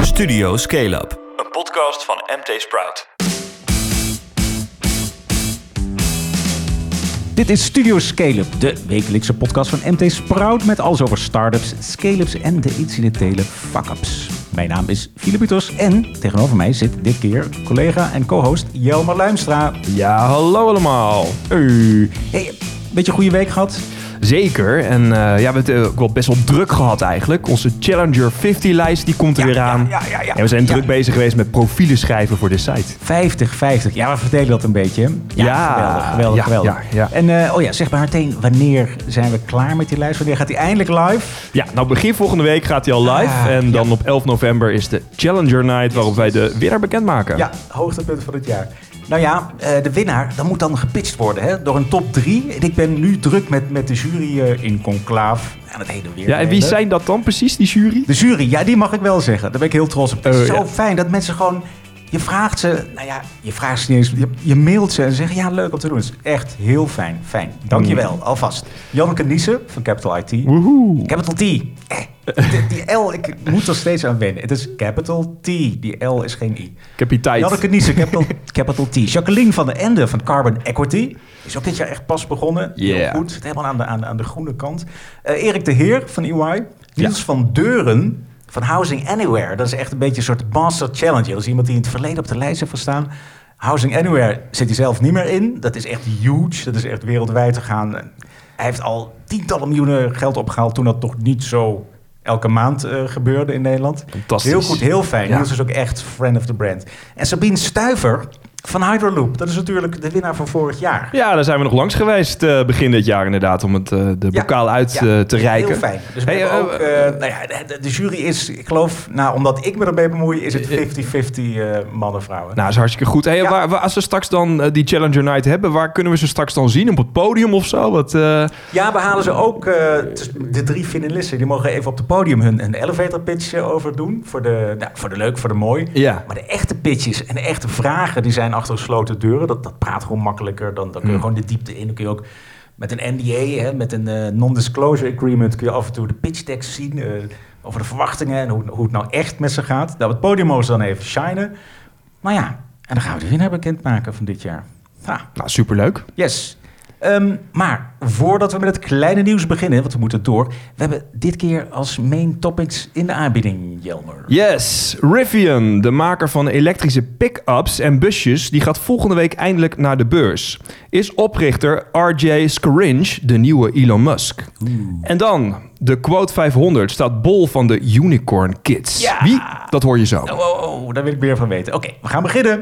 Studio Scale-Up, een podcast van MT Sprout. Dit is Studio Scale-Up, de wekelijkse podcast van MT Sprout met alles over start-ups, scale-ups en de incidentele fuck-ups. Mijn naam is Philip Utos en tegenover mij zit dit keer collega en co-host Jelmer Luimstra. Ja, hallo allemaal. Hey, beetje een goede week gehad? Zeker. En we hebben het ook wel best wel druk gehad eigenlijk. Onze Challenger 50-lijst die komt er weer aan. Ja. En we zijn druk bezig geweest met profielen schrijven voor de site. 50. Ja, we vertellen dat een beetje. Geweldig. Ja. En zeg maar meteen, wanneer zijn we klaar met die lijst? Wanneer gaat die eindelijk live? Ja, nou begin volgende week gaat hij al live. En dan op 11 november is de Challenger Night waarop wij de winnaar bekendmaken. Ja, hoogtepunt van het jaar. Nou ja, de winnaar, dat moet dan gepitcht worden hè, door een top 3. En ik ben nu druk met de jury in conclaaf aan het heen en weer. Ja, en wie zijn dat dan precies, die jury? De jury, ja, die mag ik wel zeggen. Daar ben ik heel trots op. Het is zo fijn dat mensen gewoon... Je vraagt ze niet eens, je mailt ze en ze zeggen ja, leuk om te doen. Het is echt heel fijn. Dankjewel, alvast. Janneke Niesen van Capital IT. Woehoe. Capital T. Die L, ik moet er steeds aan wennen. Het is Capital T. Die L is geen I. Capiteit. Janneke Niesen, Capital T. Jacqueline van den Ende van Carbon Equity. Is ook dit jaar echt pas begonnen. Heel goed. Zit helemaal aan de groene kant. Erik de Heer van EY. Niels van Deuren van Housing Anywhere. Dat is echt een beetje een soort master challenger. Dat is iemand die in het verleden op de lijst heeft gestaan. Housing Anywhere zit hij zelf niet meer in. Dat is echt huge. Dat is echt wereldwijd te gaan. Hij heeft al tientallen miljoenen geld opgehaald toen dat toch niet zo elke maand gebeurde in Nederland. Fantastisch. Heel goed, heel fijn. Ja. Dat is ook echt friend of the brand. En Sabine Stuyver van Hydroloop. Dat is natuurlijk de winnaar van vorig jaar. Ja, daar zijn we nog langs geweest begin dit jaar inderdaad om de bokaal uit te reiken. Heel fijn. Dus we hebben ook, de jury is, ik geloof, omdat ik me ermee bemoei, is het 50-50 mannen-vrouwen. Nou, dat is hartstikke goed. Hey, als we straks dan die Challenger Night hebben, waar kunnen we ze straks dan zien? Op het podium of zo? Ja, we halen ze ook. De 3 finalisten, die mogen even op het podium hun elevator pitch over doen. Voor de leuk, voor de mooi. Ja. Maar de echte pitches en de echte vragen, die zijn achter gesloten deuren. Dat praat gewoon makkelijker. Dan kun je gewoon de diepte in. Dan kun je ook met een NDA, met een non-disclosure agreement, kun je af en toe de pitch tekst zien over de verwachtingen en hoe het nou echt met ze gaat. Nou, het podium mogen ze dan even shinen. Maar ja, en dan gaan we de winnaar bekendmaken van dit jaar. Nou, superleuk. Yes. Maar voordat we met het kleine nieuws beginnen, want we moeten door. We hebben dit keer als main topics in de aanbieding, Jelmer. Yes, Rivian, de maker van elektrische pick-ups en busjes, die gaat volgende week eindelijk naar de beurs. Is oprichter R.J. Scaringe de nieuwe Elon Musk. En dan, de Quote 500 staat bol van de Unicorn Kids. Ja. Wie? Dat hoor je zo. Oh, daar wil ik meer van weten. Oké, we gaan beginnen.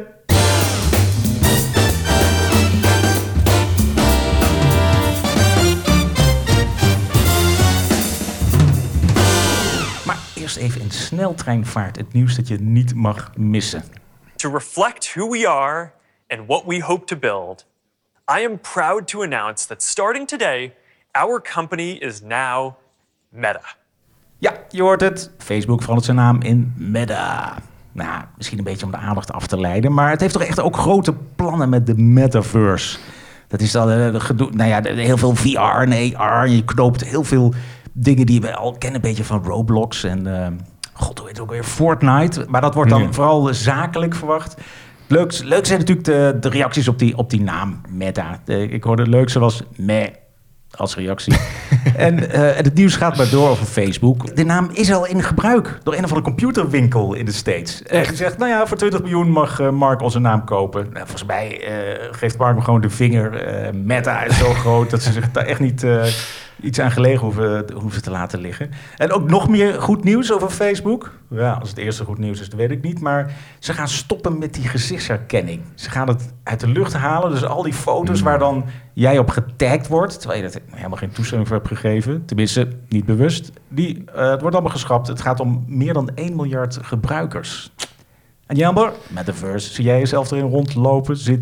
Eerst even in sneltreinvaart het nieuws dat je niet mag missen. To reflect who we are and what we hope to build, I am proud to announce that starting today, our company is now Meta. Ja, je hoort het. Facebook verandert zijn naam in Meta. Nou, misschien een beetje om de aandacht af te leiden, maar het heeft toch echt ook grote plannen met de metaverse. Dat is dan heel veel VR en AR. Je knoopt heel veel dingen die we al kennen, een beetje van Roblox en hoe heet het ook weer, Fortnite. Maar dat wordt dan vooral zakelijk verwacht. Leuk zijn natuurlijk de reacties op die naam, Meta. Ik hoorde het leukste was meh als reactie. En het nieuws gaat maar door over Facebook. De naam is al in gebruik door een of andere computerwinkel in de States. En die zegt, voor 20 miljoen mag Mark onze naam kopen. Nou, volgens mij geeft Mark me gewoon de vinger. Meta is zo groot dat ze zich daar echt niet iets aan gelegen hoeven te laten liggen. En ook nog meer goed nieuws over Facebook. Ja, als het eerste goed nieuws is, dat weet ik niet. Maar ze gaan stoppen met die gezichtsherkenning. Ze gaan het uit de lucht halen. Dus al die foto's waar dan jij op getagd wordt, terwijl je er helemaal geen toestemming voor hebt gegeven, tenminste niet bewust, het wordt allemaal geschrapt. Het gaat om meer dan 1 miljard gebruikers. En Jelmer, Metaverse, zie jij jezelf erin rondlopen, zitten?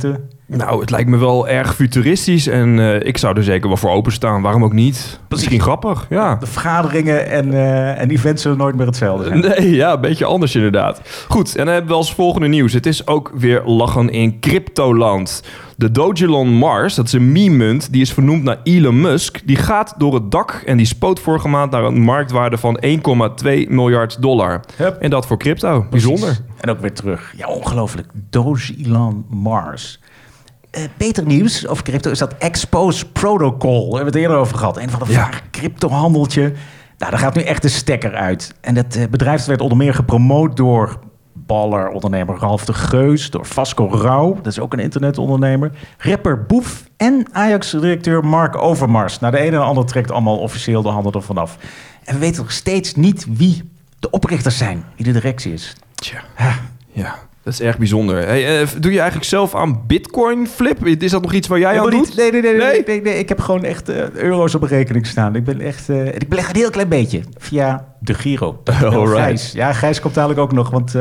Nou, het lijkt me wel erg futuristisch en ik zou er zeker wel voor openstaan. Waarom ook niet? Misschien grappig, ja. De vergaderingen en events zullen nooit meer hetzelfde zijn. Nee, ja, een beetje anders inderdaad. Goed, en dan hebben we als volgende nieuws. Het is ook weer lachen in cryptoland. De Dogelon Mars, dat is een meme-munt, die is vernoemd naar Elon Musk. Die gaat door het dak en die spoot vorige maand naar een marktwaarde van $1,2 miljard. Yep. En dat voor crypto. Bijzonder. Precies. En ook weer terug. Ja, ongelooflijk. Dogelon Mars. Beter nieuws over crypto is dat Expose Protocol. Daar hebben we het eerder over gehad. Een van de vage cryptohandeltje. Nou, daar gaat nu echt de stekker uit. En dat bedrijf werd onder meer gepromoot door baller-ondernemer Ralf de Geus, door Vasco Rauw, dat is ook een internetondernemer, rapper Boef en Ajax-directeur Mark Overmars. Nou, de ene en de ander trekt allemaal officieel de handen ervan af. En we weten nog steeds niet wie de oprichters zijn, wie de directie is. Tja, ja. Dat is erg bijzonder. Hey, doe je eigenlijk zelf aan Bitcoin Flip? Is dat nog iets waar jij aan doet? Nee. Ik heb gewoon echt euro's op een rekening staan. Ik beleg een heel klein beetje via de Giro. Gijs. Ja, Gijs komt dadelijk ook nog, want...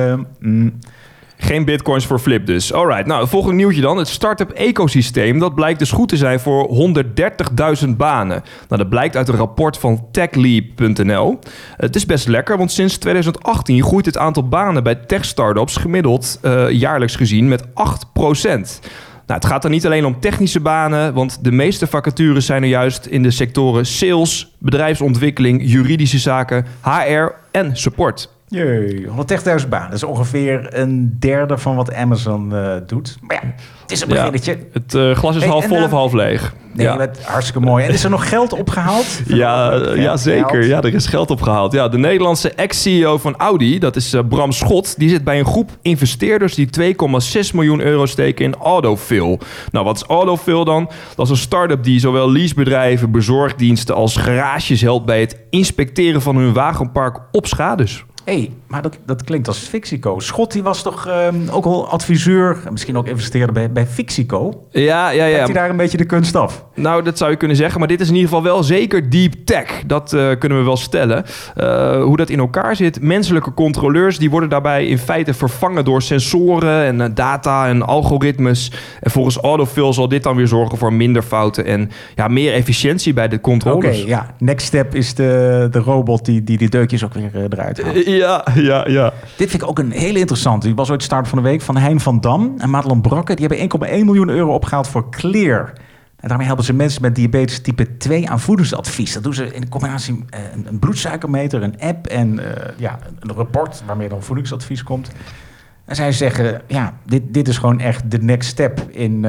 Geen bitcoins voor Flip dus. Alright, nou, het volgende nieuwtje dan. Het start-up ecosysteem, dat blijkt dus goed te zijn voor 130.000 banen. Nou, dat blijkt uit een rapport van techleap.nl. Het is best lekker, want sinds 2018 groeit het aantal banen bij tech-startups gemiddeld jaarlijks gezien met 8%. Nou, het gaat dan niet alleen om technische banen, want de meeste vacatures zijn er juist in de sectoren sales, bedrijfsontwikkeling, juridische zaken, HR en support. Jee, 130.000 banen. Dat is ongeveer een derde van wat Amazon doet. Maar ja, het is een beginnetje. Het glas is half vol of half leeg. Nee, hartstikke mooi. En is er nog geld opgehaald? Ja, zeker. Ja, er is geld opgehaald. Ja, de Nederlandse ex-CEO van Audi, dat is Bram Schot, die zit bij een groep investeerders die €2,6 miljoen steken in Autofill. Nou, wat is Autofill dan? Dat is een start-up die zowel leasebedrijven, bezorgdiensten als garages helpt bij het inspecteren van hun wagenpark op schades. Maar dat klinkt als Fixico. Schot, die was toch ook al adviseur, misschien ook investeerder bij Fixico? Ja. Heeft hij daar een beetje de kunst af? Nou, dat zou je kunnen zeggen, maar dit is in ieder geval wel zeker deep tech. Dat kunnen we wel stellen. Hoe dat in elkaar zit. Menselijke controleurs, die worden daarbij in feite vervangen door sensoren en data en algoritmes. En volgens Autofill zal dit dan weer zorgen voor minder fouten en meer efficiëntie bij de controles. Oké, next step is de robot die deukjes ook weer eruit haalt. Ja. Dit vind ik ook een hele interessante. Die was ooit start van de week van Hein van Dam en Madelon Brakke. Die hebben €1,1 miljoen opgehaald voor Clear. En daarmee helpen ze mensen met diabetes type 2 aan voedingsadvies. Dat doen ze in combinatie een bloedsuikermeter, een app en een rapport waarmee dan voedingsadvies komt. En zij zeggen, dit is gewoon echt de next step in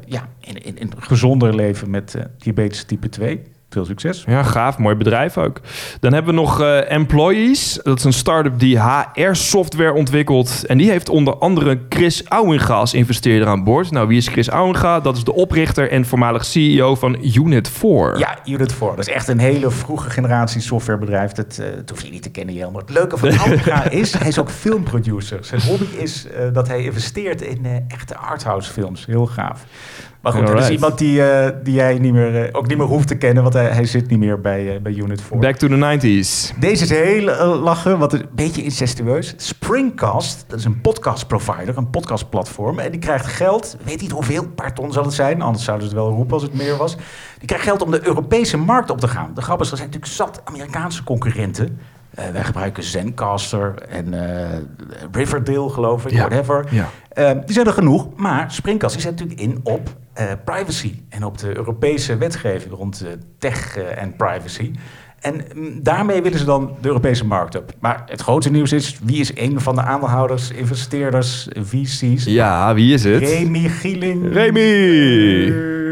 gezonder leven met diabetes type 2. Veel succes. Ja, gaaf. Mooi bedrijf ook. Dan hebben we nog Employees. Dat is een start-up die HR-software ontwikkelt. En die heeft onder andere Chris Ouwenga als investeerder aan boord. Nou, wie is Chris Ouwenga? Dat is de oprichter en voormalig CEO van Unit4. Ja, Unit4. Dat is echt een hele vroege generatie softwarebedrijf. Dat hoef je niet te kennen, Jelmer. Het leuke van Ouwenga is, hij is ook filmproducer. Zijn hobby is dat hij investeert in echte arthouse films. Heel gaaf. Maar goed, dat is iemand die jij ook niet meer hoeft te kennen, want hij zit niet meer bij Unit4. Back to the 90s. Deze is heel lachen, wat een beetje incestueus. Springcast, dat is een podcastprovider, een podcastplatform. En die krijgt geld, weet niet hoeveel, een paar ton zal het zijn. Anders zouden ze het wel roepen als het meer was. Die krijgt geld om de Europese markt op te gaan. De grap is, er zijn natuurlijk zat Amerikaanse concurrenten. Wij gebruiken Zencaster en Riverdale, geloof ik, whatever. Ja. Die zijn er genoeg, maar Springcast die zet natuurlijk in op privacy en op de Europese wetgeving rond tech en privacy. En daarmee willen ze dan de Europese markt op. Maar het grote nieuws is, wie is een van de aandeelhouders, investeerders, VC's? Ja, wie is het? Remy Gieling. Remy!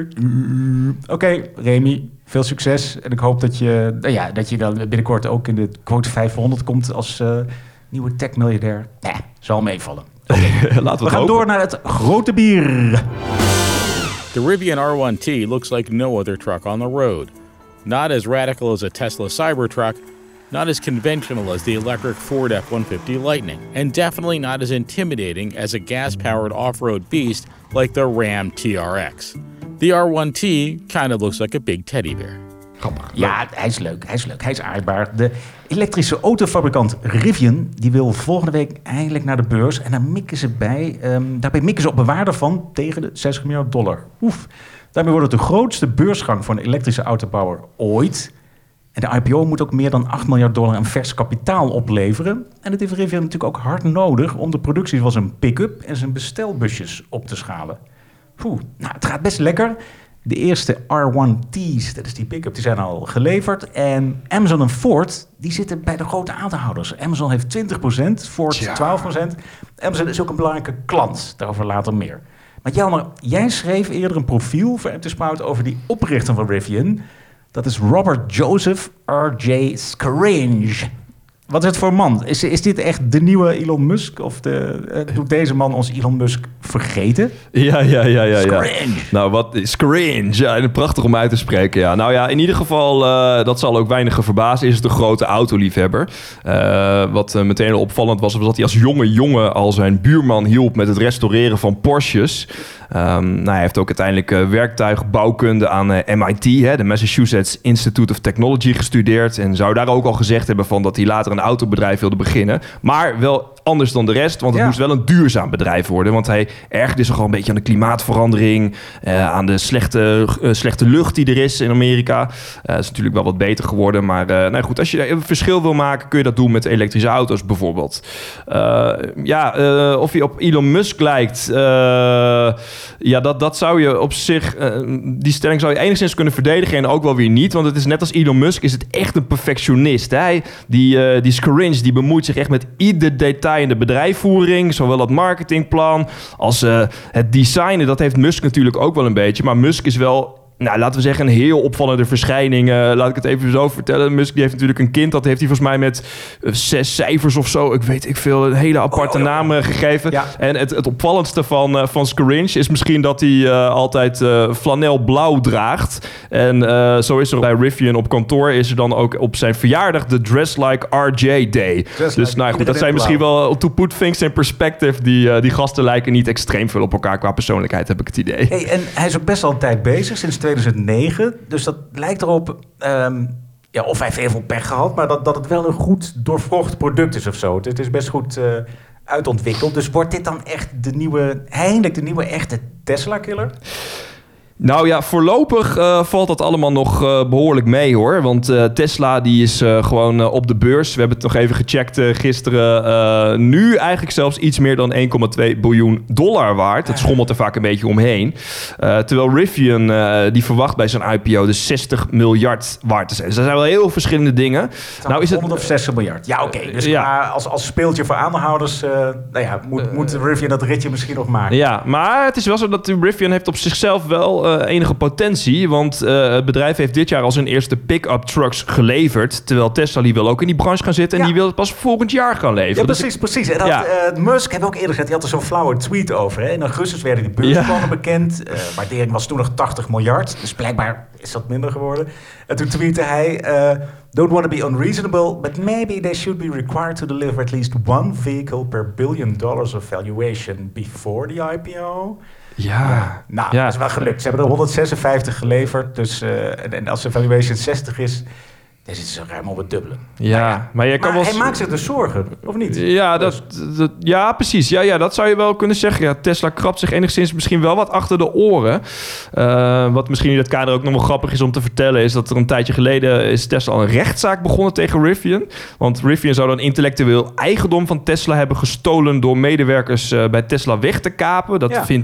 Oké, Remy, veel succes. En ik hoop dat je dan binnenkort ook in de quote 500 komt als nieuwe tech-miljardair. Zal meevallen. Laten we gaan door naar het grote bier. The Rivian R1T looks like no other truck on the road. Not as radical as a Tesla Cybertruck, not as conventional as the electric Ford F-150 Lightning, and definitely not as intimidating as a gas-powered off-road beast like the Ram TRX. The R1T kind of looks like a big teddy bear. Grappig. Ja, hij is leuk. Hij is aardbaar. De elektrische autofabrikant Rivian die wil volgende week eindelijk naar de beurs. En daarbij mikken ze op een waarde van tegen de $60 miljard. Oef. Daarmee wordt het de grootste beursgang voor een elektrische autobouwer ooit. En de IPO moet ook meer dan $8 miljard aan vers kapitaal opleveren. En dat heeft Rivian natuurlijk ook hard nodig om de productie van zijn pick-up en zijn bestelbusjes op te schalen. Het gaat best lekker. De eerste R1T's, dat is die pick-up, die zijn al geleverd. En Amazon en Ford, die zitten bij de grote aandeelhouders. Amazon heeft 20%, Ford 12%. Amazon is ook een belangrijke klant, daarover later meer. Maar Jelmer, jij schreef eerder een profiel voor MT Sprout over die oprichter van Rivian. Dat is Robert Joseph R.J. Scaringe. Wat is het voor man? Is dit echt de nieuwe Elon Musk? Of doet deze man ons Elon Musk vergeten? Ja. Scaringe. Nou, wat is Scaringe? Ja, prachtig om uit te spreken. Ja. Nou ja, in ieder geval, dat zal ook weinigen verbazen, is het een grote autoliefhebber. Wat meteen opvallend was dat hij als jonge jongen al zijn buurman hielp met het restaureren van Porsches. Hij heeft ook uiteindelijk werktuigbouwkunde aan MIT, de Massachusetts Institute of Technology, gestudeerd. En zou daar ook al gezegd hebben van dat hij later een autobedrijf wilde beginnen. Maar wel anders dan de rest, want het moest wel een duurzaam bedrijf worden. Want hij ergerde zich al een beetje aan de klimaatverandering, aan de slechte lucht die er is in Amerika. Dat is natuurlijk wel wat beter geworden, maar goed, als je een verschil wil maken, kun je dat doen met elektrische auto's bijvoorbeeld. Of hij op Elon Musk lijkt, dat zou je op zich, die stelling zou je enigszins kunnen verdedigen en ook wel weer niet, want het is net als Elon Musk, is het echt een perfectionist. Die Scaringe, die bemoeit zich echt met ieder detail in de bedrijfsvoering, zowel het marketingplan als het designen. Dat heeft Musk natuurlijk ook wel een beetje, maar Musk is wel, laten we zeggen, een heel opvallende verschijning. Laat ik het even zo vertellen. Musk die heeft natuurlijk een kind. Dat heeft hij volgens mij met 6 cijfers of zo. Ik veel. Een hele aparte naam gegeven. Ja. En het opvallendste van Scaringe is misschien dat hij altijd flanelblauw draagt. En zo is er bij Rivian op kantoor is er dan ook op zijn verjaardag de Dress Like RJ Day. Dat zijn misschien wel to put things in perspective. Die gasten lijken niet extreem veel op elkaar qua persoonlijkheid, heb ik het idee. Hey, en hij is ook best al een tijd bezig, sinds 2009. Dus dat lijkt erop, of hij heeft heel veel pech gehad, maar dat het wel een goed doorvrocht product is of zo. Het is best goed uitontwikkeld. Dus wordt dit dan echt eindelijk de nieuwe echte Tesla-killer? Nou ja, voorlopig valt dat allemaal nog behoorlijk mee hoor. Want Tesla die is gewoon op de beurs. We hebben het nog even gecheckt gisteren. Nu eigenlijk zelfs iets meer dan $1,2 biljoen waard. Dat schommelt er vaak een beetje omheen. Terwijl Rivian die verwacht bij zijn IPO de $60 miljard waard te zijn. Dus dat zijn wel heel verschillende dingen. Nou is het 100 of 60 miljard. Ja, oké. Dus als speeltje voor aandeelhouders moet Rivian dat ritje misschien nog maken. Ja, maar het is wel zo dat Rivian heeft op zichzelf wel enige potentie, want het bedrijf heeft dit jaar al zijn eerste pick-up trucks geleverd, terwijl Tesla die wil ook in die branche gaan zitten en die wil het pas volgend jaar gaan leveren. Ja, precies. En Musk heeft ook eerder gezegd, die had er zo'n flauwe tweet over. Hè? In augustus werden die beursplannen bekend. Waardering was toen nog 80 miljard, dus blijkbaar is dat minder geworden. En toen tweette hij, don't want to be unreasonable, but maybe they should be required to deliver at least one vehicle per $1 billion of valuation before the IPO. Ja. Dat is wel gelukt. Ze hebben er 156 geleverd. Dus, en als de valuation 60 is, dan zitten ze ruim op het dubbele. Ja, maar hij maakt zich dus zorgen, of niet? Ja, precies. Ja, dat zou je wel kunnen zeggen. Ja, Tesla krabt zich enigszins misschien wel wat achter de oren. Wat misschien in dit kader ook nog wel grappig is om te vertellen, is dat er een tijdje geleden is Tesla al een rechtszaak begonnen tegen Rivian. Want Rivian zou dan intellectueel eigendom van Tesla hebben gestolen door medewerkers bij Tesla weg te kapen.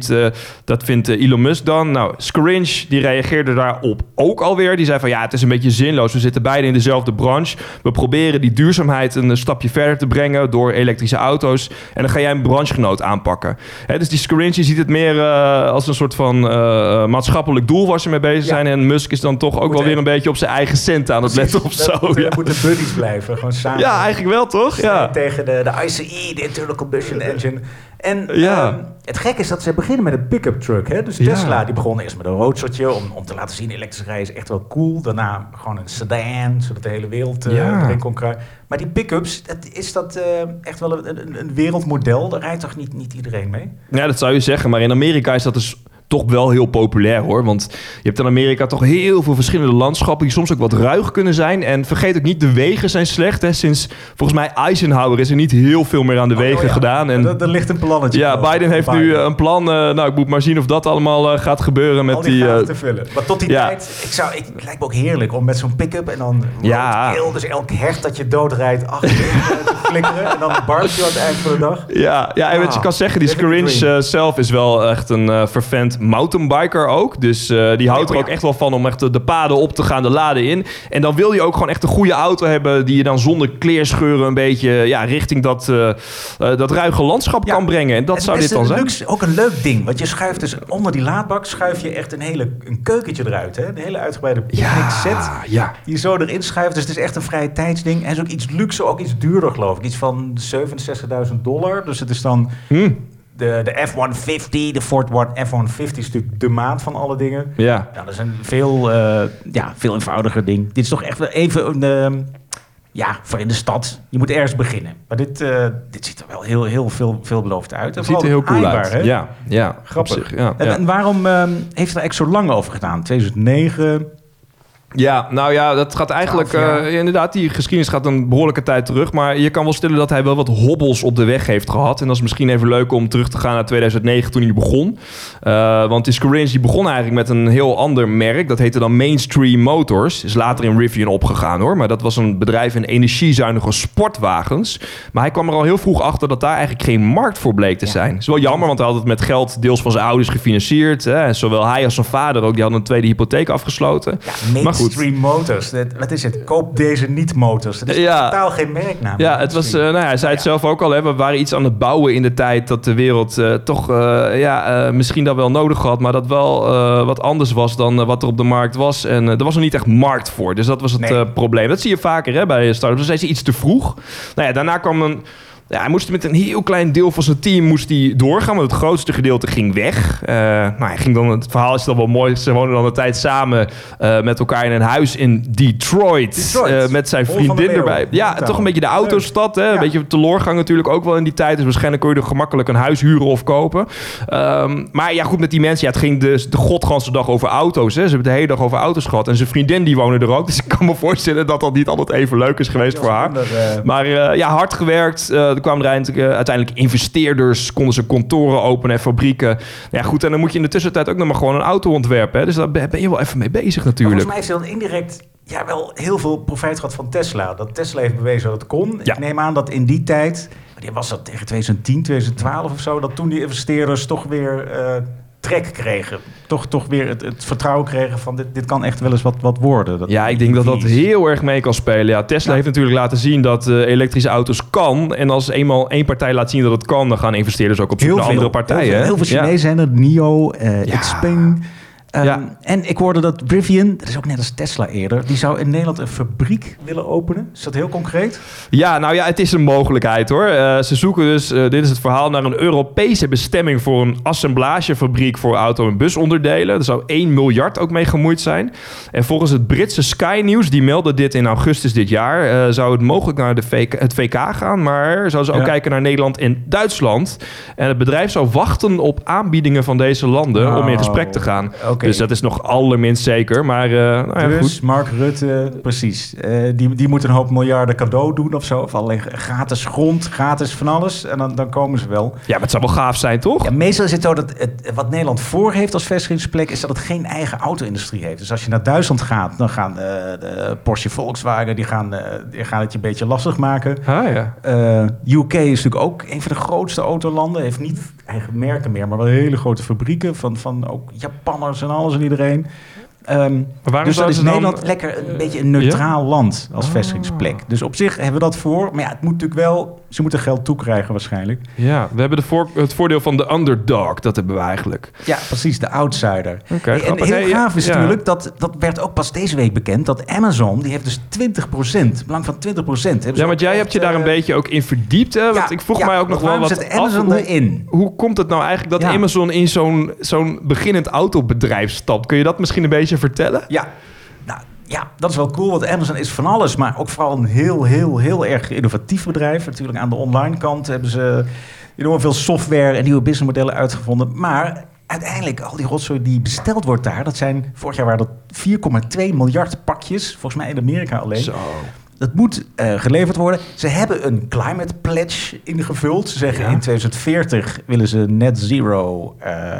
Dat vindt Elon Musk dan. Nou, Scaringe die reageerde daarop ook alweer. Die zei van het is een beetje zinloos. We zitten beide in dezelfde branche. We proberen die duurzaamheid een stapje verder te brengen door elektrische auto's. En dan ga jij een branchegenoot aanpakken. Dus die Scaringe ziet het meer als een soort van maatschappelijk doel waar ze mee bezig zijn. En Musk is dan toch ook wel weer een beetje op zijn eigen cent aan het letten of zo. Moeten buddies blijven, gewoon samen. Ja, eigenlijk wel, toch? Ja. Tegen de ICE, de Internal Combustion Engine. En het gekke is dat ze beginnen met een pick-up truck. Hè? Dus Tesla die begon eerst met een roadstertje om te laten zien, elektrisch rijden is echt wel cool. Daarna gewoon een sedan, zodat de hele wereld erin kon kruipen. Maar die pick-ups, is dat echt wel een wereldmodel? Daar rijdt toch niet iedereen mee? Ja, dat zou je zeggen. Maar in Amerika is dat dus toch wel heel populair hoor. Want je hebt in Amerika toch heel veel verschillende landschappen die soms ook wat ruig kunnen zijn. En vergeet ook niet, de wegen zijn slecht. Hè. Sinds volgens mij Eisenhower is er niet heel veel meer aan de wegen gedaan. En er ligt een plannetje. Ja, Biden heeft nu een plan. Nou, ik moet maar zien of dat allemaal gaat gebeuren met die te vullen. Maar tot die tijd, het lijkt me ook heerlijk om met zo'n pick-up en dan roodkeel, dus elk hert dat je doodrijdt achter te flikkeren en dan een barbecue aan het eind van de dag. Ja, en wat je kan zeggen, die Scaringe zelf is wel echt een vervent mountainbiker ook. Dus die houdt er ook echt wel van om echt de paden op te gaan, de laden in. En dan wil je ook gewoon echt een goede auto hebben die je dan zonder kleerscheuren een beetje richting dat ruige landschap kan brengen. En dat zou dit dan zijn. Luxe, ook een leuk ding, want je schuift dus onder die laadbak schuif je echt een keukentje eruit. Hè? Een hele uitgebreide picnic set die je zo erin schuift. Dus het is echt een vrije tijdsding. En is ook iets luxe, ook iets duurder geloof ik. Iets van $67,000. Dus het is dan de F-150, de Ford F-150 is natuurlijk de maat van alle dingen. Ja, dat is een veel eenvoudiger ding. Dit is toch echt wel even voor in de stad. Je moet ergens beginnen. Maar dit ziet er wel heel veelbelovend uit. Het ziet er heel cool uit. Hè? Ja, grappig. En waarom heeft er eigenlijk zo lang over gedaan? 2009... Ja, nou ja, dat gaat eigenlijk... inderdaad, die geschiedenis gaat een behoorlijke tijd terug. Maar je kan wel stellen dat hij wel wat hobbels op de weg heeft gehad. En dat is misschien even leuk om terug te gaan naar 2009 toen hij begon. Want die Scaringe die begon eigenlijk met een heel ander merk. Dat heette dan Mainstream Motors. Is later in Rivian opgegaan hoor. Maar dat was een bedrijf in energiezuinige sportwagens. Maar hij kwam er al heel vroeg achter dat daar eigenlijk geen markt voor bleek te zijn. Dat is wel jammer, want hij had het met geld deels van zijn ouders gefinancierd. Hè. En zowel hij als zijn vader ook, die hadden een tweede hypotheek afgesloten. Maar Mainstream Motors. Wat is het? Koop deze niet motors. Dat is totaal geen merknaam. Ja, het was, hij zei het zelf ook al. Hè, we waren iets aan het bouwen in de tijd dat de wereld misschien dat wel nodig had, maar dat wel wat anders was dan wat er op de markt was. En er was nog niet echt markt voor. Dus dat was het probleem. Dat zie je vaker bij start-ups. Dan zijn ze iets te vroeg. Nou ja, daarna kwam hij moest met een heel klein deel van zijn team doorgaan, want het grootste gedeelte ging weg. Hij ging dan, het verhaal is dan wel mooi. Ze woonden dan een tijd samen met elkaar in een huis in Detroit. Met zijn vriendin erbij. Ja, toch een beetje de autostad. Hè? Een beetje teleurgang natuurlijk ook wel in die tijd. Dus waarschijnlijk kon je er gemakkelijk een huis huren of kopen. Maar ja, goed, met die mensen. Ja, het ging de godganse dag over auto's. Hè? Ze hebben de hele dag over auto's gehad. En zijn vriendin die woonde er ook. Dus ik kan me voorstellen dat dat niet altijd even leuk is geweest voor haar. Maar hard gewerkt. Er kwamen er uiteindelijk investeerders, konden ze kantoren openen en fabrieken. Ja goed, en dan moet je in de tussentheid ook nog maar gewoon een auto ontwerpen. Hè? Dus daar ben je wel even mee bezig natuurlijk. Maar volgens mij heeft hij dan indirect wel heel veel profijt gehad van Tesla. Dat Tesla heeft bewezen dat het kon. Ja. Ik neem aan dat in die tijd, was dat tegen 2010, 2012 of zo, dat toen die investeerders toch weer trek kregen. Toch weer het vertrouwen kregen van dit kan echt wel eens wat worden. Ik denk dat dat heel erg mee kan spelen. Ja, Tesla heeft natuurlijk laten zien dat elektrische auto's kan. En als eenmaal één partij laat zien dat het kan, dan gaan investeerders ook op zoek naar andere partijen. Heel veel Chinezen zijn er. NIO, Xpeng. En ik hoorde dat Rivian, dat is ook net als Tesla eerder, die zou in Nederland een fabriek willen openen. Is dat heel concreet? Ja, nou ja, het is een mogelijkheid hoor. Ze zoeken dus, dit is het verhaal, naar een Europese bestemming voor een assemblagefabriek voor auto- en busonderdelen. Er zou 1 miljard ook mee gemoeid zijn. En volgens het Britse Sky News, die meldde dit in augustus dit jaar, zou het mogelijk naar het VK gaan, maar zouden ze ook kijken naar Nederland en Duitsland. En het bedrijf zou wachten op aanbiedingen van deze landen om in gesprek te gaan. Okay. Dus dat is nog allerminst zeker. Maar dus goed. Mark Rutte, precies. Die moet een hoop miljarden cadeau doen of zo. Of alleen gratis grond, gratis van alles. En dan komen ze wel. Ja, maar het zou wel gaaf zijn, toch? Ja, meestal is het zo dat wat Nederland voor heeft als vestigingsplek, is dat het geen eigen auto-industrie heeft. Dus als je naar Duitsland gaat, dan gaan de Porsche, Volkswagen, die gaan het je een beetje lastig maken. UK is natuurlijk ook een van de grootste autolanden. Heeft niet eigen merken meer, maar wel hele grote fabrieken van ook Japanners en alles en iedereen. Dus dat is Nederland lekker een beetje een neutraal land als vestigingsplek. Dus op zich hebben we dat voor. Maar ja, het moet natuurlijk wel, ze moeten geld toekrijgen waarschijnlijk. Ja, we hebben het voordeel van de underdog. Dat hebben we eigenlijk. Ja, precies, de outsider. En heel gaaf is natuurlijk, dat werd ook pas deze week bekend, dat Amazon, die heeft dus 20%, belang van 20%. Ja, want jij hebt je daar een beetje ook in verdiept. Hè? Want ik vroeg mij ook nog wel wat zet Amazon erin? Hoe komt het nou eigenlijk dat Amazon in zo'n beginnend autobedrijf stapt? Kun je dat misschien een beetje vertellen? Ja, dat is wel cool, want Amazon is van alles, maar ook vooral een heel erg innovatief bedrijf. Natuurlijk aan de online kant hebben ze enorm veel software en nieuwe businessmodellen uitgevonden. Maar uiteindelijk, al die rotzooi die besteld wordt daar... dat zijn, vorig jaar waren dat 4,2 miljard pakjes. Volgens mij in Amerika alleen. Zo. Dat moet geleverd worden. Ze hebben een climate pledge ingevuld. Ze zeggen in 2040 willen ze net zero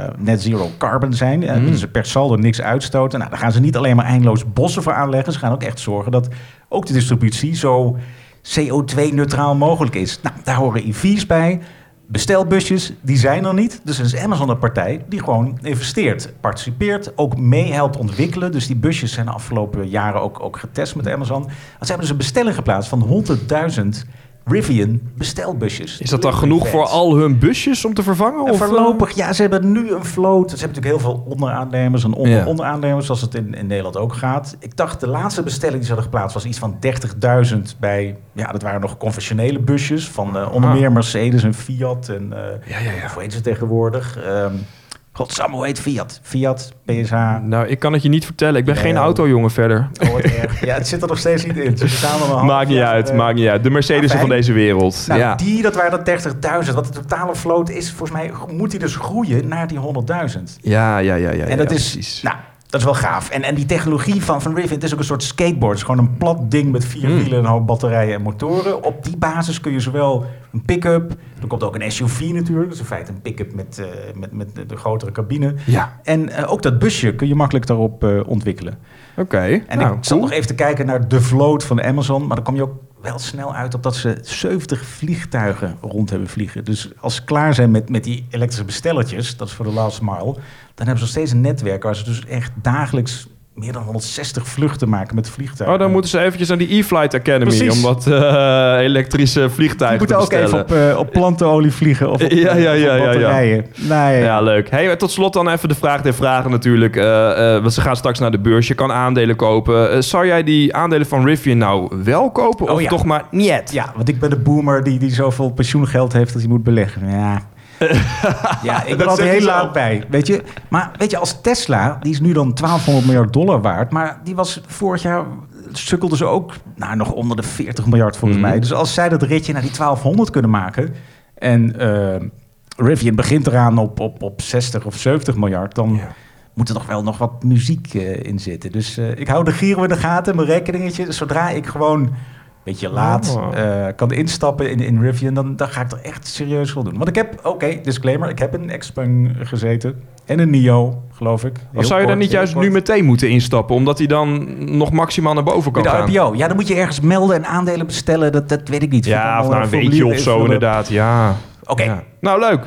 carbon zijn. Willen ze per saldo niks uitstoten. Nou, daar gaan ze niet alleen maar eindeloos bossen voor aanleggen. Ze gaan ook echt zorgen dat ook de distributie zo CO2-neutraal mogelijk is. Nou, daar horen EV's bij. Bestelbusjes, die zijn er niet. Dus er is Amazon een partij die gewoon investeert, participeert, ook mee helpt ontwikkelen. Dus die busjes zijn de afgelopen jaren ook getest met Amazon. Ze hebben dus een bestelling geplaatst van 100.000 Rivian bestelbusjes. Is dat dan genoeg voor al hun busjes om te vervangen? Of voorlopig, ja, ze hebben nu een vloot. Ze hebben natuurlijk heel veel onderaannemers en onderaannemers, zoals het in Nederland ook gaat. Ik dacht, de laatste bestelling die ze hadden geplaatst was iets van 30.000 bij, ja, dat waren nog conventionele busjes van onder meer Mercedes en Fiat en hoe heet ze tegenwoordig? Godsamme, hoe heet Fiat? Fiat, PSH. Nou, ik kan het je niet vertellen. Ik ben geen autojongen verder. Oh, wat erg. Ja, het zit er nog steeds niet in. Maakt niet uit. De Mercedes'en van deze wereld. Nou, dat waren dat 30.000. Wat de totale vloot is, volgens mij moet die dus groeien naar die 100.000. Ja. En dat is, precies. Nou, dat is wel gaaf. En die technologie van Rivian, het is ook een soort skateboard. Het is gewoon een plat ding met 4 wielen, een hoop batterijen en motoren. Op die basis kun je zowel een pick-up, er komt ook een SUV natuurlijk. Dat is in feite een pick-up met de grotere cabine. Ja. En ook dat busje kun je makkelijk daarop ontwikkelen. Oké. En ik zal nog even te kijken naar de vloot van Amazon. Maar dan kom je ook wel snel uit op dat ze 70 vliegtuigen rond hebben vliegen. Dus als ze klaar zijn met die elektrische bestellertjes, dat is voor de last mile, dan hebben ze nog steeds een netwerk waar ze dus echt dagelijks meer dan 160 vluchten maken met vliegtuigen. Dan moeten ze eventjes naar die E-Flight Academy. Precies. Om wat elektrische vliegtuigen te bestellen. Je moet ook even op plantenolie vliegen of op batterijen. Ja, leuk. Hey, tot slot dan even de vraag der vragen natuurlijk. Want ze gaan straks naar de beurs. Je kan aandelen kopen. Zou jij die aandelen van Rivian nou wel kopen of toch maar niet? Ja, want ik ben de boomer die zoveel pensioengeld heeft dat hij moet beleggen. Ja. Ja, ik ben altijd heel laat bij, weet je. Maar weet je, als Tesla, die is nu dan $1200 miljard waard, maar die was vorig jaar, sukkelden ze ook nog onder de 40 miljard volgens mij. Dus als zij dat ritje naar die 1200 kunnen maken en Rivian begint eraan op 60 of 70 miljard, dan moet er toch wel nog wat muziek in zitten. Dus ik hou de Giro in de gaten, mijn rekeningetje. Zodra ik gewoon beetje laat kan instappen in Rivian, dan ga ik er echt serieus wel doen. Want ik heb, disclaimer, ik heb een Xpeng gezeten en een NIO, geloof ik. Of zou je dan niet juist nu meteen moeten instappen, omdat hij dan nog maximaal naar boven kan gaan? De IPO, ja, dan moet je ergens melden en aandelen bestellen, dat weet ik niet. Ja, of nou een weekje of zo inderdaad, ja. Oké. Ja. Nou, leuk.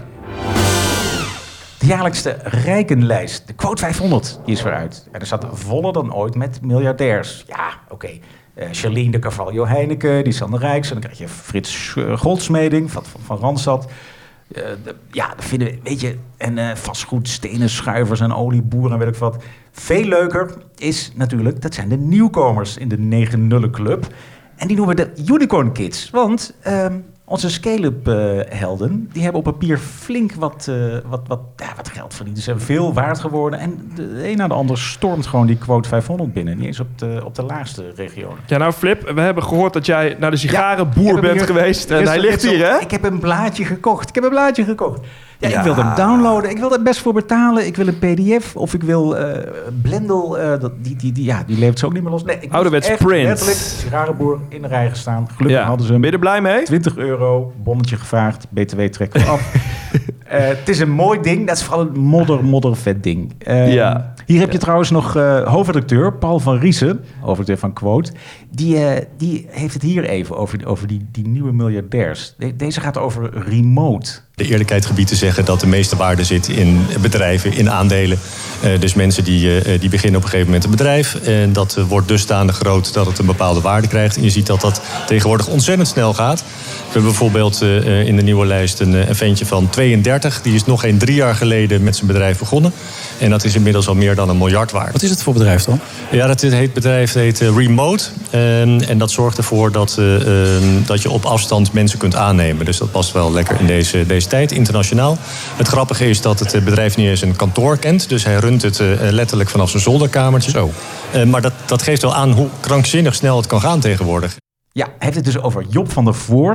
De jaarlijkse rijkenlijst, de Quote 500, die is weer uit. En er staat voller dan ooit met miljardairs. Ja, oké. Charlene de Carvalho Heineken, die is dan de rijkste. Dan krijg je Frits Goldsmeding van Randstad. Dat vinden we, weet je, en vastgoed, stenen, schuivers en olieboeren, weet ik wat. Veel leuker is natuurlijk, dat zijn de nieuwkomers in de 9-0 club. En die noemen we de Unicorn Kids. Want onze scale-up helden, die hebben op papier flink wat geld verdiend. Ze zijn veel waard geworden. En de een na de ander stormt gewoon die Quote 500 binnen. Niet eens op de laagste regionen. Ja, nou Flip, we hebben gehoord dat jij naar de sigarenboer bent geweest. En hij ligt hier, hè? Ik heb een blaadje gekocht. Ja, ik wil hem downloaden. Ik wil er best voor betalen. Ik wil een PDF of ik wil Blendel. Die levert ze ook niet meer los. Nee, ik ouderwets echt print. Letterlijk sigarenboer in de rij gestaan. Gelukkig hadden ze hem. Ben je er blij mee? €20, bonnetje gevraagd. BTW trekken we af. Het is een mooi ding. Dat is vooral een moddervet ding. Hier heb je trouwens nog hoofdredacteur Paul van Riesen, hoofdredacteur van Quote. Die heeft het hier even over die nieuwe miljardairs. Deze gaat over remote. De eerlijkheid gebied te zeggen dat de meeste waarde zit in bedrijven, in aandelen. Dus mensen die beginnen op een gegeven moment een bedrijf. En dat wordt dusdanig groot dat het een bepaalde waarde krijgt. En je ziet dat dat tegenwoordig ontzettend snel gaat. We hebben bijvoorbeeld in de nieuwe lijst een ventje van 32. Die is nog geen 3 jaar geleden met zijn bedrijf begonnen. En dat is inmiddels al meer dan $1 miljard waard. Wat is het voor bedrijf dan? Ja, het bedrijf heet Remote. En dat zorgt ervoor dat je op afstand mensen kunt aannemen. Dus dat past wel lekker in deze tijd, internationaal. Het grappige is dat het bedrijf niet eens een kantoor kent. Dus hij runt het letterlijk vanaf zijn zolderkamertje. Zo. Maar dat geeft wel aan hoe krankzinnig snel het kan gaan tegenwoordig. Ja, hij heeft het dus over Job van der Voort.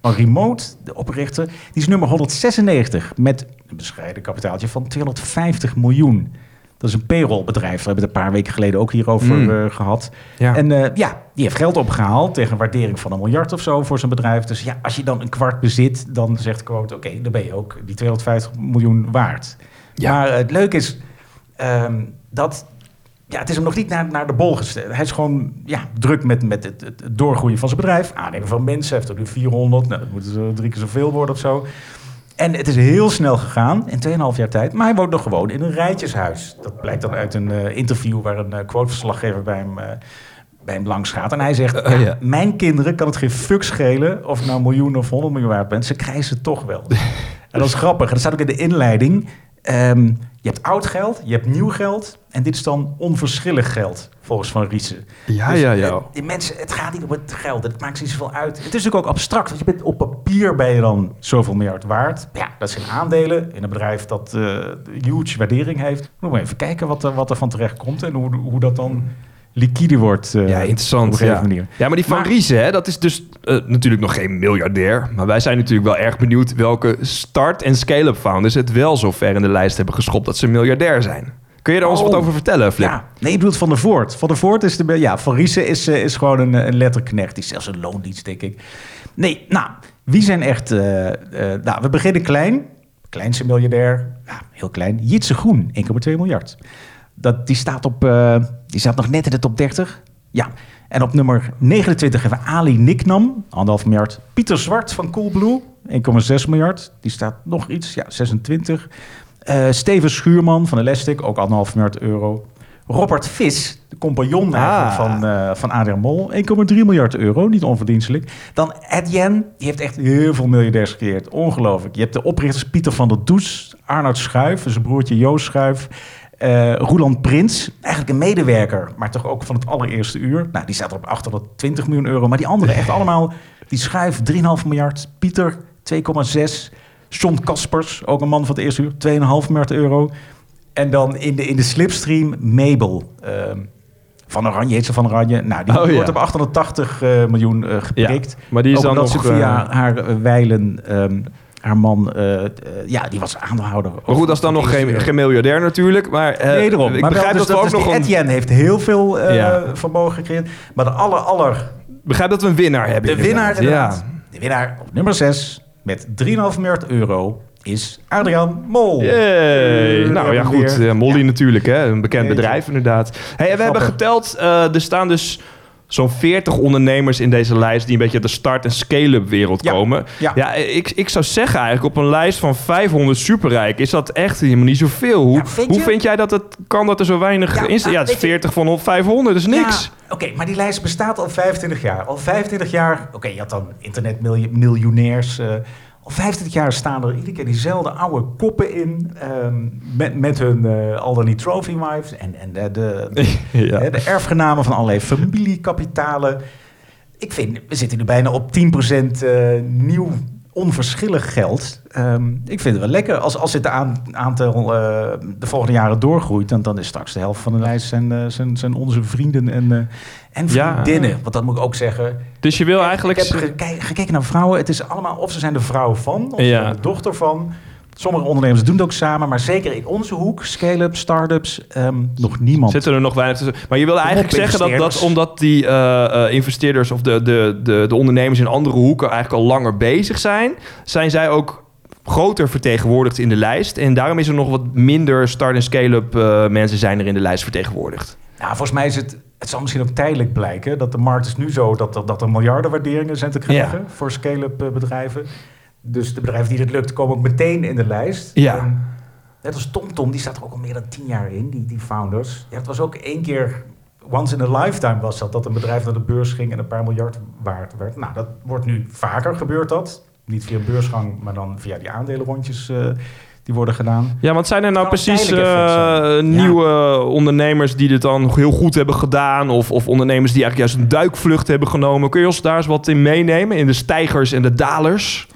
Van Remote, de oprichter, die is nummer 196 met een bescheiden kapitaaltje van 250 miljoen. Dat is een payrollbedrijf. We hebben het een paar weken geleden ook hierover gehad. Ja. En die heeft geld opgehaald tegen een waardering van $1 miljard of zo voor zijn bedrijf. Dus ja, als je dan een kwart bezit, dan zegt Quote, oké, dan ben je ook die 250 miljoen waard. Ja. Maar het leuke is dat... Ja, het is hem nog niet naar de bol gesteld. Hij is gewoon druk met het doorgroeien van zijn bedrijf. Aannemen van mensen, heeft er nu 400. Nou, dat moeten ze 3 keer zoveel worden of zo. En het is heel snel gegaan, in 2,5 jaar tijd. Maar hij woont nog gewoon in een rijtjeshuis. Dat blijkt dan uit een interview waar een quoteverslaggever bij hem langs gaat. En hij zegt, mijn kinderen kan het geen fuck schelen of ik nou 1 miljoen of 100 miljoen waard ben. Ze krijgen ze toch wel. En dat is grappig. En dat staat ook in de inleiding. Je hebt oud geld, je hebt nieuw geld. En dit is dan onverschillig geld, volgens Van Riesen. Ja. Die mensen, het gaat niet om het geld. Het maakt niet zoveel uit. Het is natuurlijk ook abstract. Want je bent op papier ben je dan zoveel miljard waard. Ja, dat zijn aandelen in een bedrijf dat huge waardering heeft. Moet maar even kijken wat er van terecht komt. En hoe dat dan liquide wordt. Interessant. Op een gegeven manier. Ja, maar die Van Riesen, hè, dat is dus natuurlijk nog geen miljardair. Maar wij zijn natuurlijk wel erg benieuwd welke start- en scale-up founders het wel zo ver in de lijst hebben geschopt dat ze miljardair zijn. Kun je er ons wat over vertellen, Flip? Ja, nee, ik bedoel Van der Voort. Van der Voort is Van Riesen is gewoon een letterknecht. Die is zelfs een loondienst, denk ik. Nee, nou, wie zijn echt... we beginnen klein. Kleinste miljardair, heel klein. Jitse Groen, 1,2 miljard. Die staat nog net in de top 30. Ja, en op nummer 29 hebben we Ali Niknam, 1,5 miljard. Pieter Zwart van Coolblue, 1,6 miljard. Die staat nog iets, 26. Steven Schuurman van Elastic, ook 1,5 miljard euro. Robert Vis, de compagnon van Adriaan Mol, 1,3 miljard euro, niet onverdienstelijk. Dan Adyen, die heeft echt heel veel miljardairs gecreëerd. Ongelooflijk. Je hebt de oprichters Pieter van der Does, Arnoud Schuif, zijn broertje Joost Schuif. Roeland Prins, eigenlijk een medewerker, maar toch ook van het allereerste uur. Nou, die staat er op 820 miljoen euro. Maar die anderen echt allemaal, die Schuif 3,5 miljard. Pieter 2,6. John Kaspers, ook een man van het eerste uur, 2,5 miljard euro. En dan in de slipstream Mabel. Van Oranje heet ze Van Oranje. Nou, die wordt op 880 miljoen geprikt. Ja, maar die is ook dan omdat nog... ze via haar wijlen... haar man, die was aandeelhouder. Maar goed, dat is dan nog geen miljardair natuurlijk. Maar nee, daarom. Ik maar begrijp wel, dat we ook nog een... Etienne heeft heel veel vermogen gecreëerd. Maar de aller... Begrijp dat we een winnaar hebben. De winnaar op nummer 6 met 3,5 miljard euro is Adriaan Mol. Nou ja, goed. Molly natuurlijk, hè? Een bekend bedrijf inderdaad. Hey, we hebben geteld, er staan dus zo'n 40 ondernemers in deze lijst die een beetje uit de start- en scale-up wereld komen. Ja, ik zou zeggen eigenlijk op een lijst van 500 superrijk is dat echt helemaal niet zoveel. Hoe vind jij dat het kan dat er zo weinig in staat? Ja, het is 40 van 500, dat is niks. Oké, maar die lijst bestaat al 25 jaar. Al 25 jaar, je had dan internetmiljonairs. Al 25 jaar staan er iedere keer diezelfde oude koppen in. Met hun al dan niet trophy wives. En de erfgenamen van allerlei familiekapitalen. Ik vind, we zitten nu bijna op 10% nieuw onverschillig geld. Ik vind het wel lekker. Als dit aantal de volgende jaren doorgroeit... dan is straks de helft van de lijst zijn onze vrienden en vriendinnen. Want dat moet ik ook zeggen. Dus je wil eigenlijk... Ik heb gekeken naar vrouwen. Het is allemaal of ze zijn de vrouw van... of ze zijn de dochter van... Sommige ondernemers doen het ook samen, maar zeker in onze hoek, scale-up, start-ups, nog niemand. Zitten er nog weinig tussen. Maar je wil eigenlijk zeggen dat omdat die investeerders of de ondernemers in andere hoeken eigenlijk al langer bezig zijn zij ook groter vertegenwoordigd in de lijst. En daarom is er nog wat minder start- en scale-up mensen zijn er in de lijst vertegenwoordigd. Nou, volgens mij is het zal misschien ook tijdelijk blijken dat de markt is nu zo dat er miljardenwaarderingen zijn te krijgen voor scale-up bedrijven. Dus de bedrijven die het lukt, komen ook meteen in de lijst. Ja. Net als TomTom, die staat er ook al meer dan 10 jaar in, die founders. Ja, het was ook 1 keer, once in a lifetime was dat een bedrijf naar de beurs ging en een paar miljard waard werd. Nou, dat wordt nu vaker, gebeurt dat. Niet via een beursgang, maar dan via die aandelenrondjes die worden gedaan. Ja, want zijn er nou precies nieuwe ondernemers die dit dan heel goed hebben gedaan? Of ondernemers die eigenlijk juist een duikvlucht hebben genomen? Kun je ons daar eens wat in meenemen? In de stijgers en de dalers?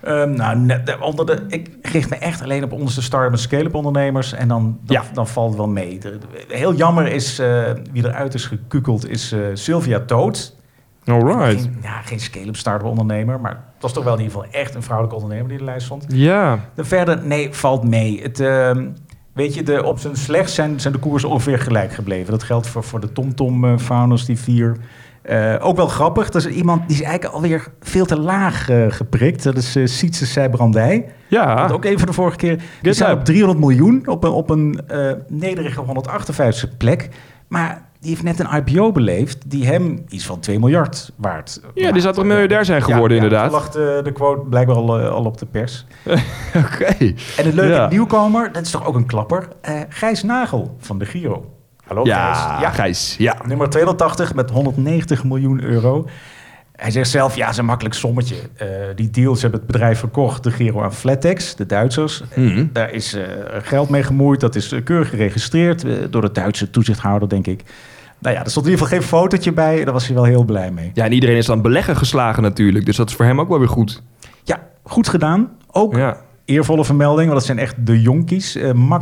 Ik richt me echt alleen op onze start- en scale-up ondernemers en dan valt het wel mee. Heel jammer is, wie eruit is gekukeld, is Sylvia Toot. Alright. Geen scale-up start-up ondernemer, maar het was toch wel in ieder geval echt een vrouwelijke ondernemer die in de lijst stond. Ja. Dan verder, nee, valt mee. Weet je, op zijn slechtst zijn de koersen ongeveer gelijk gebleven. Dat geldt voor de TomTom-founders, die 4. Ook wel grappig, dat is iemand die is eigenlijk alweer veel te laag geprikt. Dat is Sietse Sijbrandij. Ja. Dat ook even de vorige keer. Die staat op 300 miljoen op een nederige 158e plek. Maar die heeft net een IPO beleefd die hem iets van 2 miljard waard. Ja, die zou toch miljardair zijn geworden, inderdaad. Toen lag de quote blijkbaar al op de pers. Oké. En het leuke nieuwkomer, dat is toch ook een klapper, Gijs Nagel van de Giro. Hallo Gijs. Ja, Gijs. Ja. Nummer 280 met 190 miljoen euro. Hij zegt zelf, ja, het is een makkelijk sommetje. Die deals hebben het bedrijf verkocht, de Giro aan Flatex, de Duitsers. Daar is geld mee gemoeid. Dat is keurig geregistreerd door de Duitse toezichthouder, denk ik. Nou ja, er stond in ieder geval geen fotootje bij. Daar was hij wel heel blij mee. Ja, en iedereen is aan het beleggen geslagen natuurlijk. Dus dat is voor hem ook wel weer goed. Ja, goed gedaan. Ook eervolle vermelding, want dat zijn echt de jonkies.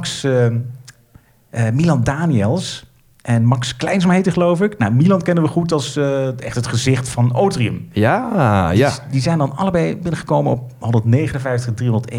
Milan Daniels en Max Kleinsma heet hij, geloof ik. Nou, Milan kennen we goed als echt het gezicht van Otrium. Ja. Die zijn dan allebei binnengekomen op 159,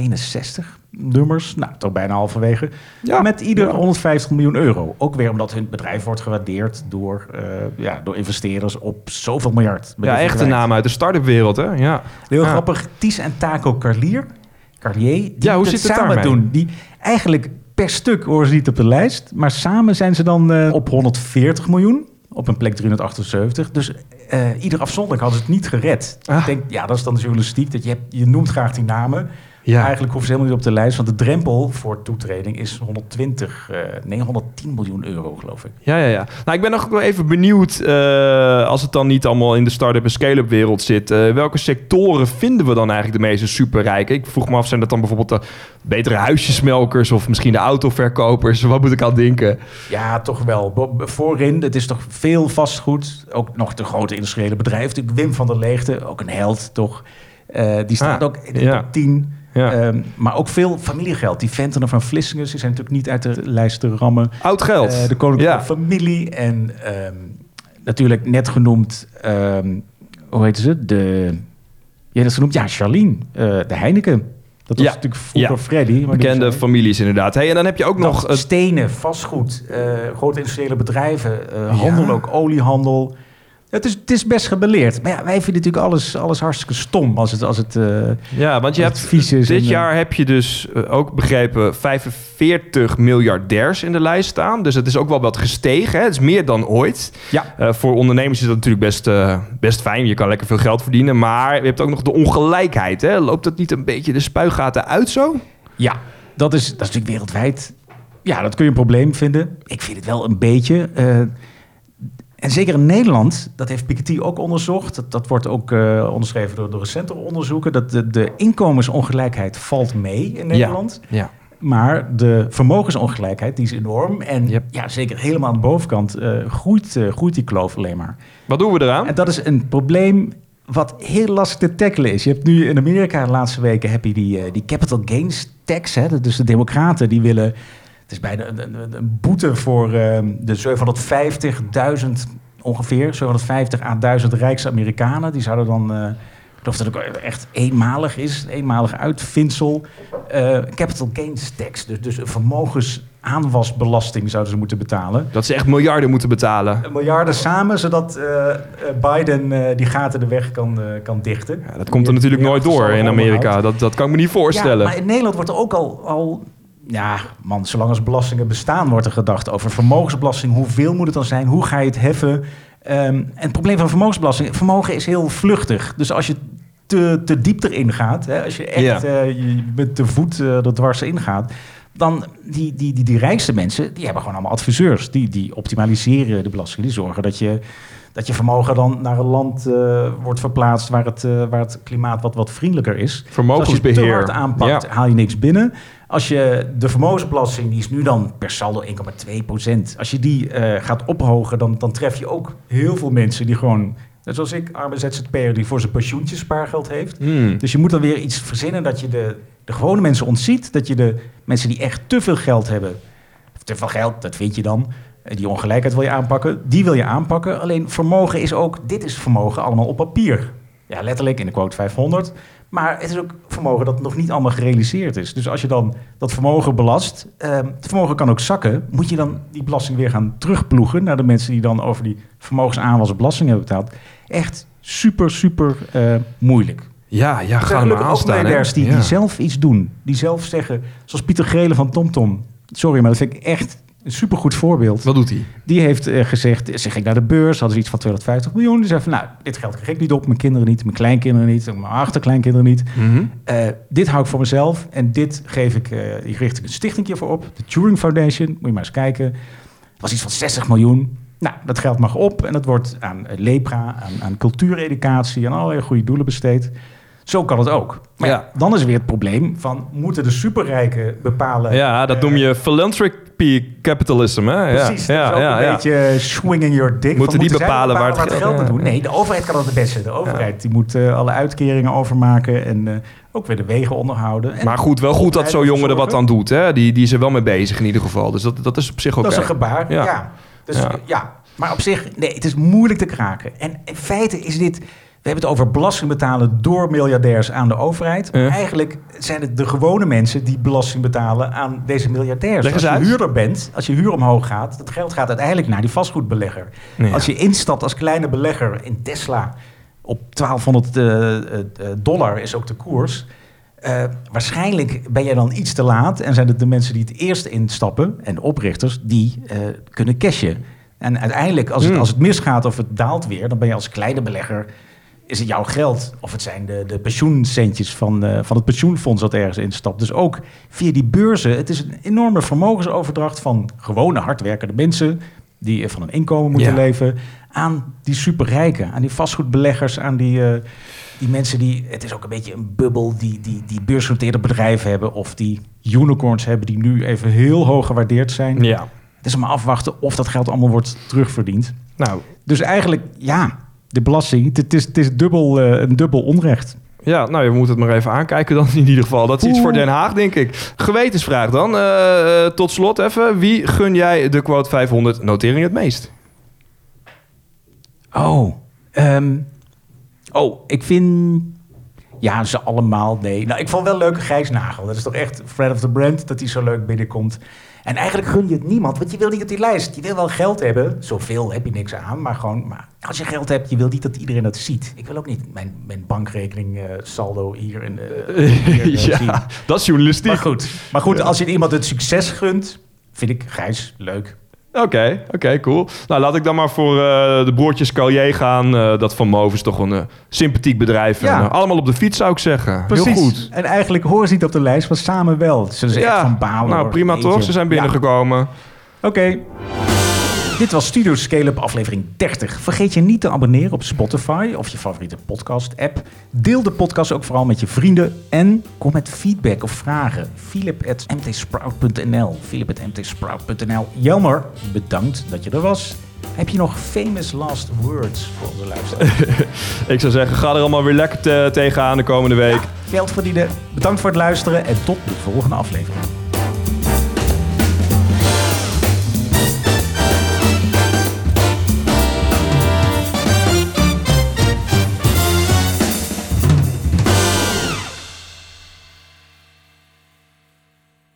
361 nummers. Nou, toch bijna halverwege. Ja. Met ieder 150 miljoen euro. Ook weer omdat hun bedrijf wordt gewaardeerd door investeerders op zoveel miljard. Ja, echte namen uit de start-up wereld, hè? Ja. Heel grappig. Ties en Taco Carlier, die hoe het zit het samen daarmee? doen. Die eigenlijk per stuk horen ze niet op de lijst. Maar samen zijn ze dan op 140 miljoen. Op een plek 378. Dus ieder afzonderlijk hadden ze het niet gered. Ik denk, ja, dat is dan de journalistiek. Dat je noemt graag die namen. Ja. Eigenlijk hoeven ze helemaal niet op de lijst. Want de drempel voor toetreding is 110 miljoen euro, geloof ik. Ja. Nou, ik ben nog wel even benieuwd, als het dan niet allemaal in de start-up en scale-up wereld zit, welke sectoren vinden we dan eigenlijk de meeste superrijken? Ik vroeg me af, zijn dat dan bijvoorbeeld de betere huisjesmelkers of misschien de autoverkopers? Wat moet ik aan denken? Ja, toch wel. Voorin, het is toch veel vastgoed. Ook nog de grote industriële bedrijven. Natuurlijk Wim van der Leegte, ook een held, toch? Die staat ook in de top 10. Ja. Maar ook veel familiegeld. Die Ventenen van Vlissingen, die zijn natuurlijk niet uit de lijst te rammen. Oud geld. De koninklijke familie. En natuurlijk net genoemd, hoe heet ze? Dat is genoemd, Charlene. De Heineken. Dat was natuurlijk vroeger Freddy. Maar bekende families inderdaad. Hey, en dan heb je ook nog... Stenen, vastgoed, grote industriële bedrijven, handel ook, oliehandel. Het is best gebeleerd. Maar ja, wij vinden natuurlijk alles hartstikke stom als het want je hebt vies is. Dit jaar heb je dus ook begrepen 45 miljardairs in de lijst staan. Dus het is ook wel wat gestegen. Hè? Het is meer dan ooit. Ja. Voor ondernemers is dat natuurlijk best fijn. Je kan lekker veel geld verdienen. Maar je hebt ook nog de ongelijkheid. Hè? Loopt dat niet een beetje de spuigaten uit zo? Ja, dat is natuurlijk wereldwijd. Ja, dat kun je een probleem vinden. Ik vind het wel een beetje... En zeker in Nederland, dat heeft Piketty ook onderzocht. Dat wordt ook onderschreven door recentere onderzoeken. Dat de inkomensongelijkheid valt mee in Nederland. Ja. Maar de vermogensongelijkheid, die is enorm. En zeker helemaal aan de bovenkant groeit die kloof alleen maar. Wat doen we eraan? En dat is een probleem wat heel lastig te tackelen is. Je hebt nu in Amerika de laatste weken heb je die capital gains tax. Hè? Dus de democraten die willen... Het is bijna een boete voor de 750.000 ongeveer. 750 à 1000 rijkste Amerikanen. Die zouden dan... ik geloof dat het ook echt eenmalig is. Een eenmalig uitvindsel. Capital gains tax. Dus een vermogensaanwasbelasting zouden ze moeten betalen. Dat ze echt miljarden moeten betalen. Miljarden samen, zodat Biden die gaten de weg kan dichten. Ja, dat komt er natuurlijk nooit door in Amerika. Dat kan ik me niet voorstellen. Ja, maar in Nederland wordt er ook al zolang als belastingen bestaan, wordt er gedacht over vermogensbelasting. Hoeveel moet het dan zijn? Hoe ga je het heffen? En het probleem van vermogensbelasting, vermogen is heel vluchtig. Dus als je te diep erin gaat, hè, als je echt je met de voet er dwars in gaat, dan die rijkste mensen, die hebben gewoon allemaal adviseurs. Die optimaliseren de belasting. Die zorgen dat je vermogen dan naar een land wordt verplaatst waar het klimaat wat vriendelijker is. Vermogensbeheer. Dus als je te hard aanpakt, haal je niks binnen. Als je de vermogensbelasting, die is nu dan per saldo 1,2%. Als je die gaat ophogen, dan tref je ook heel veel mensen die gewoon, net zoals ik, arme ZZP'er die voor zijn pensioentje spaargeld heeft. Dus je moet dan weer iets verzinnen dat je de gewone mensen ontziet. Dat je de mensen die echt te veel geld hebben, te veel geld, dat vind je dan, Die ongelijkheid wil je aanpakken. Die wil je aanpakken. Alleen vermogen is ook... Dit is vermogen allemaal op papier. Ja, letterlijk in de quote 500. Maar het is ook vermogen dat nog niet allemaal gerealiseerd is. Dus als je dan dat vermogen belast... het vermogen kan ook zakken. Moet je dan die belasting weer gaan terugploegen... naar de mensen die dan over die vermogensaanwas belasting hebben betaald. Echt super moeilijk. Ja, ga er maar gelukkig aan ook staan. medewerkers die zelf iets doen. Die zelf zeggen, zoals Pieter Grelen van TomTom. Sorry, maar dat vind ik echt een supergoed voorbeeld. Wat doet hij? Die heeft gezegd, ze ging naar de beurs, hadden ze iets van 250 miljoen. Die zei van, nou, dit geld krijg ik niet op. Mijn kinderen niet, mijn kleinkinderen niet, mijn achterkleinkinderen niet. Dit hou ik voor mezelf en dit geef ik, hier richt ik een stichtingje voor op. De Turing Foundation, moet je maar eens kijken. Het was iets van 60 miljoen. Nou, dat geld mag op en dat wordt aan lepra, aan cultuureducatie, aan allerlei goede doelen besteed. Zo kan het ook. Maar dan is weer het probleem van, moeten de superrijken bepalen... Ja, dat noem je philanthropy capitalism, hè? Precies, dat is ook een beetje swinging your dick. Moeten die bepalen waar het geld moet doen? Nee, de overheid kan dat het beste. De overheid die moet alle uitkeringen overmaken en ook weer de wegen onderhouden. En maar goed, wel goed dat zo'n jongen er wat aan doet, hè? Die is er wel mee bezig in ieder geval. Dus dat is op zich ook... Dat is een gebaar, ja. Dus, maar op zich, nee, het is moeilijk te kraken. En in feite is dit... We hebben het over belasting betalen door miljardairs aan de overheid. Maar eigenlijk zijn het de gewone mensen die belasting betalen aan deze miljardairs. Als je huurder bent, als je huur omhoog gaat... dat geld gaat uiteindelijk naar die vastgoedbelegger. Ja. Als je instapt als kleine belegger in Tesla... op $1200 is ook de koers... waarschijnlijk ben jij dan iets te laat... en zijn het de mensen die het eerst instappen... en de oprichters die kunnen cashen. En uiteindelijk, als het misgaat of het daalt weer... dan ben je als kleine belegger... is het jouw geld of het zijn de pensioencentjes van het pensioenfonds dat ergens instapt. Dus ook via die beurzen, het is een enorme vermogensoverdracht van gewone hardwerkende mensen die van een inkomen moeten leven, aan die superrijken, aan die vastgoedbeleggers, aan die mensen die, het is ook een beetje een bubbel, die beursgenoteerde bedrijven hebben of die unicorns hebben die nu even heel hoog gewaardeerd zijn. Ja. Het is maar afwachten of dat geld allemaal wordt terugverdiend. Nou, dus eigenlijk, de belasting, het is een dubbel onrecht. Ja, nou, je moet het maar even aankijken dan in ieder geval. Dat is iets voor Den Haag, denk ik. Gewetensvraag dan. Tot slot even. Wie gun jij de quote 500 notering het meest? Ik vind... Ja, ze allemaal, nee. Nou, ik vond wel leuk Gijs Nagel. Dat is toch echt friend of the brand, dat hij zo leuk binnenkomt. En eigenlijk gun je het niemand, want je wil niet op die lijst. Je wil wel geld hebben, zoveel heb je niks aan. Maar als je geld hebt, je wil niet dat iedereen dat ziet. Ik wil ook niet mijn bankrekening saldo hier zien. Dat is journalistiek. Maar goed, als je iemand het succes gunt, vind ik Gijs leuk. Oké, cool. Nou, laat ik dan maar voor de broertjes Callier gaan. Dat Van Moof is toch een sympathiek bedrijf. Ja. En, allemaal op de fiets, zou ik zeggen. Precies. Heel goed. En eigenlijk horen ze niet op de lijst, maar samen wel. Ze zijn echt van balen. Nou, prima toch? Ze zijn binnengekomen. Oké. Dit was Studio Scale-up aflevering 30. Vergeet je niet te abonneren op Spotify of je favoriete podcast-app. Deel de podcast ook vooral met je vrienden. En kom met feedback of vragen. Philip@mtsprout.nl. Philip@mtsprout.nl. Jelmer, bedankt dat je er was. Heb je nog famous last words voor onze luisteraars? Ik zou zeggen, ga er allemaal weer lekker tegenaan de komende week. Geld verdienen. Bedankt voor het luisteren en tot de volgende aflevering.